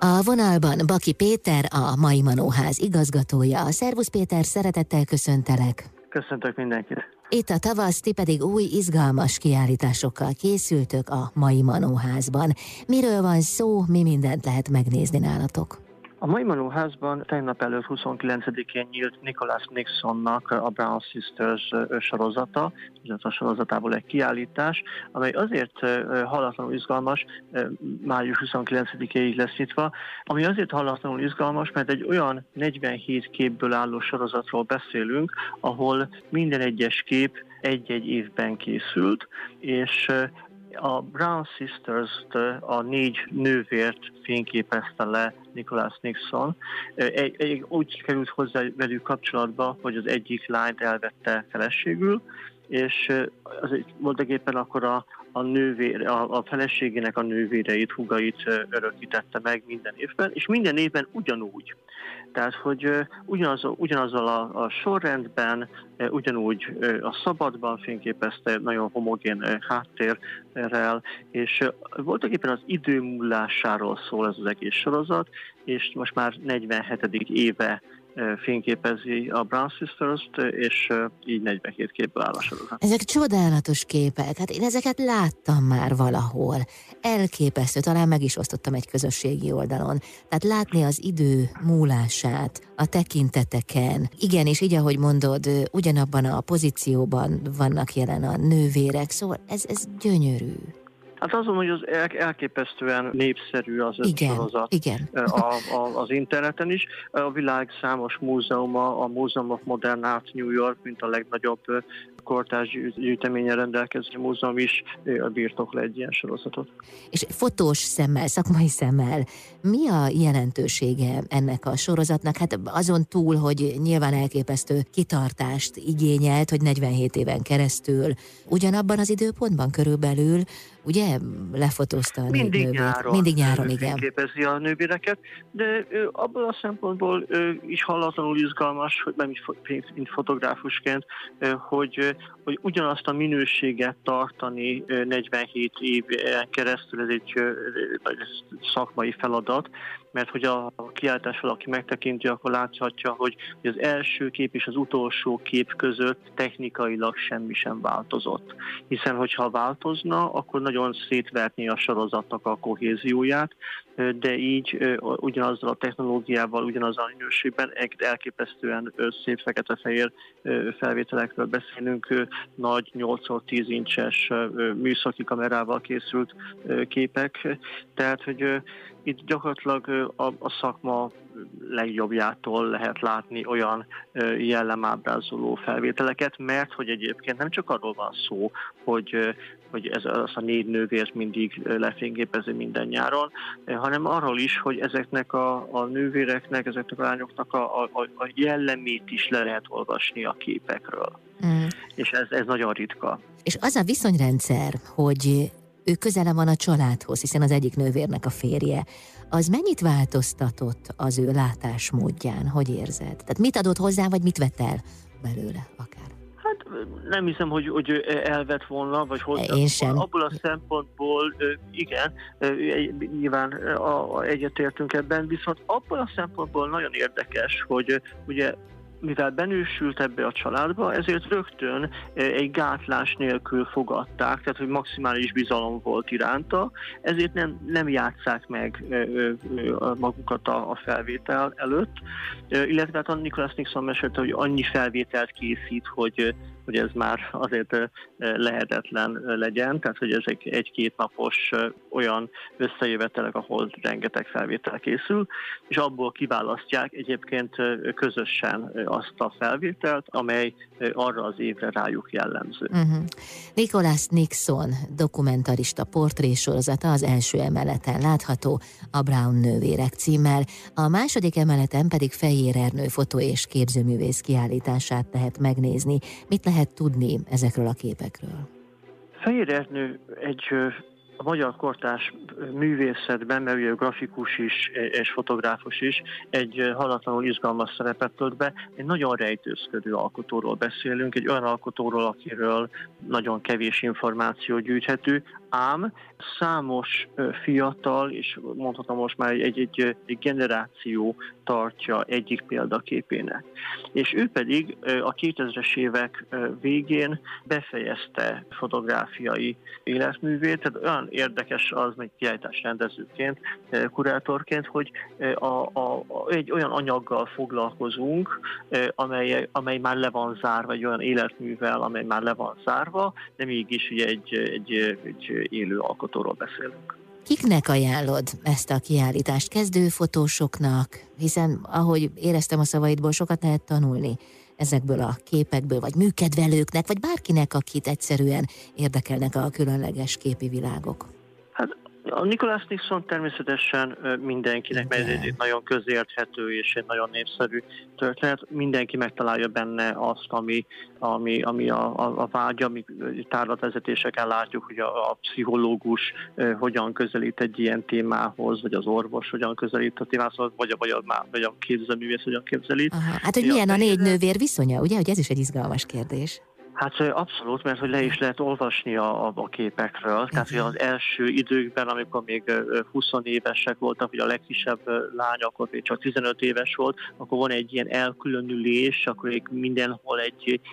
A vonalban Baki Péter, a Mai Manóház igazgatója. Szervusz Péter, szeretettel köszöntelek. Köszöntök mindenkit. Itt a tavasz, ti pedig új, izgalmas kiállításokkal készültök a Mai Manóházban. Miről van szó, mi mindent lehet megnézni nálatok? A Mai Manóházban tegnap előtt 29-én nyílt Nicholas Nixonnak a Brown Sisters sorozata, illetve a sorozatából egy kiállítás, amely azért hallatlanul izgalmas, május 29-éig lesz nyitva, ami azért hallatlanul izgalmas, mert egy olyan 47 képből álló sorozatról beszélünk, ahol minden egyes kép egy-egy évben készült, és a Brown Sisters-t, a 4 nővért fényképezte le Nicholas Nixon. Úgy került hozzá velük kapcsolatba, hogy az egyik lányt elvette feleségül, és voltak éppen akkor a feleségének a nővéreit, húgait örökítette meg minden évben, és minden évben ugyanúgy. Tehát, hogy ugyanazzal a sorrendben, ugyanúgy a szabadban fényképezte, nagyon homogén háttérrel, és voltak éppen az idő múlásáról szól ez az egész sorozat, és most már 47. éve fényképezi a Brown Sisters-t, és így 47 képből áll a sorozat. Ezek csodálatos képek, hát én ezeket láttam már valahol. Elképesztő, talán meg is osztottam egy közösségi oldalon. Tehát látni az idő múlását a tekinteteken. Igen, és így, ahogy mondod, ugyanabban a pozícióban vannak jelen a nővérek, szóval ez gyönyörű. Hát azon, hogy az elképesztően népszerű az sorozat az interneten is. A világ számos múzeuma, a Museum of Modern Art New York, mint a legnagyobb kortárs gyűjteményen rendelkező múzeum is birtokol egy ilyen sorozatot. És fotós szemmel, szakmai szemmel, mi a jelentősége ennek a sorozatnak? Hát azon túl, hogy nyilván elképesztő kitartást igényelt, hogy 47 éven keresztül ugyanabban az időpontban körülbelül, ugye, lefotózta a nővért. Mindig nyáron, igen. Képezi a nővéreket, de abból a szempontból is hallatlanul izgalmas, hogy nem is mint fotográfusként, hogy ugyanazt a minőséget tartani 47 éven keresztül, ez egy szakmai feladat, mert hogy a kiállítás valaki megtekinti, akkor láthatja, hogy az első kép és az utolsó kép között technikailag semmi sem változott. Hiszen, hogyha változna, akkor nagyon szétverné a sorozatnak a kohézióját, de így ugyanazzal a technológiával, ugyanazzal a minőségben elképesztően szép fekete-fehér felvételekről beszélünk, nagy 8x10 incses műszaki kamerával készült képek, tehát hogy itt gyakorlatilag a szakma legjobbjától lehet látni olyan jellemábrázoló felvételeket, mert hogy egyébként nem csak arról van szó, hogy ez az a 4 nővért mindig lefényképezi minden nyáron, hanem arról is, hogy ezeknek a nővéreknek, ezeknek a lányoknak a jellemét is le lehet olvasni a képekről. És ez nagyon ritka. És az a viszonyrendszer, hogy ő közele van a családhoz, hiszen az egyik nővérnek a férje, az mennyit változtatott az ő látásmódján? Hogy érzed? Tehát mit adott hozzá, vagy mit vett el belőle akár? Hát nem hiszem, hogy elvett volna, vagy hozzá. Én sem. Abból a szempontból igen, nyilván egyetértünk ebben, viszont abból a szempontból nagyon érdekes, hogy ugye mivel benősült ebbe a családba, ezért rögtön egy gátlás nélkül fogadták, tehát hogy maximális bizalom volt iránta, ezért nem játsszák meg magukat a felvétel előtt, illetve hát a Nicholas Nixon mesélte, hogy annyi felvételt készít, hogy ez már azért lehetetlen legyen, tehát hogy ezek 1-2 napos olyan összejövetelek, ahol rengeteg felvétel készül, és abból kiválasztják egyébként közösen azt a felvételt, amely arra az évre rájuk jellemző. Nicholas Nixon dokumentarista portrésorozata az első emeleten látható, a Brown nővérek címmel, a második emeleten pedig Fehér Ernő fotó- és képzőművész kiállítását lehet megnézni. Mit lehet tudni ezekről a képekről? Fehér Ernő a magyar kortárs művészetben, mert ugye grafikus is és fotográfus is, egy hallatlanul izgalmas szerepet tölt be. Egy nagyon rejtőzködő alkotóról beszélünk, egy olyan alkotóról, akiről nagyon kevés információ gyűjthető, ám számos fiatal, és mondhatom most már egy generáció tartja egyik példaképének. És ő pedig a 2000-es évek végén befejezte fotográfiai életművét, tehát olyan érdekes az, még kiállítás rendezőként, kurátorként, hogy egy olyan anyaggal foglalkozunk, amely már le van zárva, egy olyan életművel, amely már le van zárva, de mégis ugye egy élő alkotóról beszélünk. Kiknek ajánlod ezt a kiállítást? Kezdőfotósoknak? Hiszen, ahogy éreztem a szavaidból, sokat lehet tanulni ezekből a képekből, vagy műkedvelőknek, vagy bárkinek, akit egyszerűen érdekelnek a különleges képi világok. Hát a Nicholas Nixon természetesen mindenkinek, mert ez egy nagyon közérthető és egy nagyon népszerű történet. Mindenki megtalálja benne azt, ami a vágya, ami tárlatvezetéseken látjuk, hogy a pszichológus hogyan közelít egy ilyen témához, vagy az orvos hogyan közelít a témához, vagy a képzőművész hogyan közelít. Aha, hát, hogy milyen a 4 nővér viszonya, ugye? Hogy ez is egy izgalmas kérdés. Hát abszolút, mert hogy le is lehet olvasni a képekről. Tehát hogy az első időkben, amikor még 20 évesek voltak, hogy a legkisebb lány akkor még csak 15 éves volt, akkor van egy ilyen elkülönülés, akkor mindenhol egy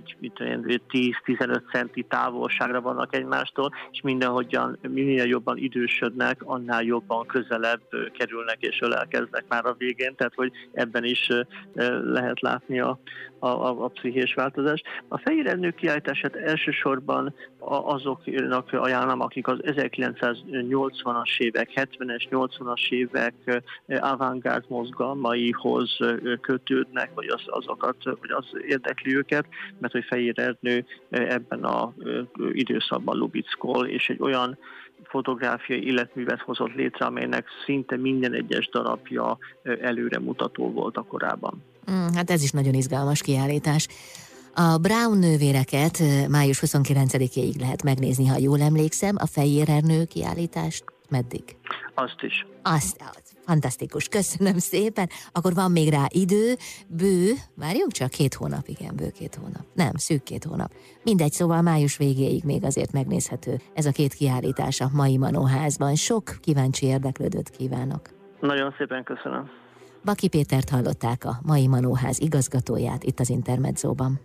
10-15 centi távolságra vannak egymástól, és minél jobban idősödnek, annál jobban közelebb kerülnek és ölelkeznek már a végén, tehát hogy ebben is lehet látni a pszichés változást. A fehér nők kiállítását elsősorban azoknak ajánlom, akik az 1980-as évek, 70-es, 80-as évek avantgárd mozgalmaihoz kötődnek, vagy az érdekli őket, mert hogy Fehér Ernő ebben az időszakban lubickol, és egy olyan fotográfiai életművet hozott létre, amelynek szinte minden egyes darabja előremutató volt a korában. Hát ez is nagyon izgalmas kiállítás. A Braun nővéreket május 29-ig lehet megnézni, ha jól emlékszem. A Fehér Ernő kiállítást meddig? Azt is. Azt, fantasztikus, köszönöm szépen. Akkor van még rá idő, várjunk csak, 2 hónap, igen, bő 2 hónap. Nem, szűk 2 hónap. Mindegy, szóval május végéig még azért megnézhető ez a 2 kiállítás a Mai Manóházban. Sok kíváncsi érdeklődőt kívánok. Nagyon szépen köszönöm. Baki Pétert hallották, a Mai Manóház igazgatóját itt az Intermedzóban.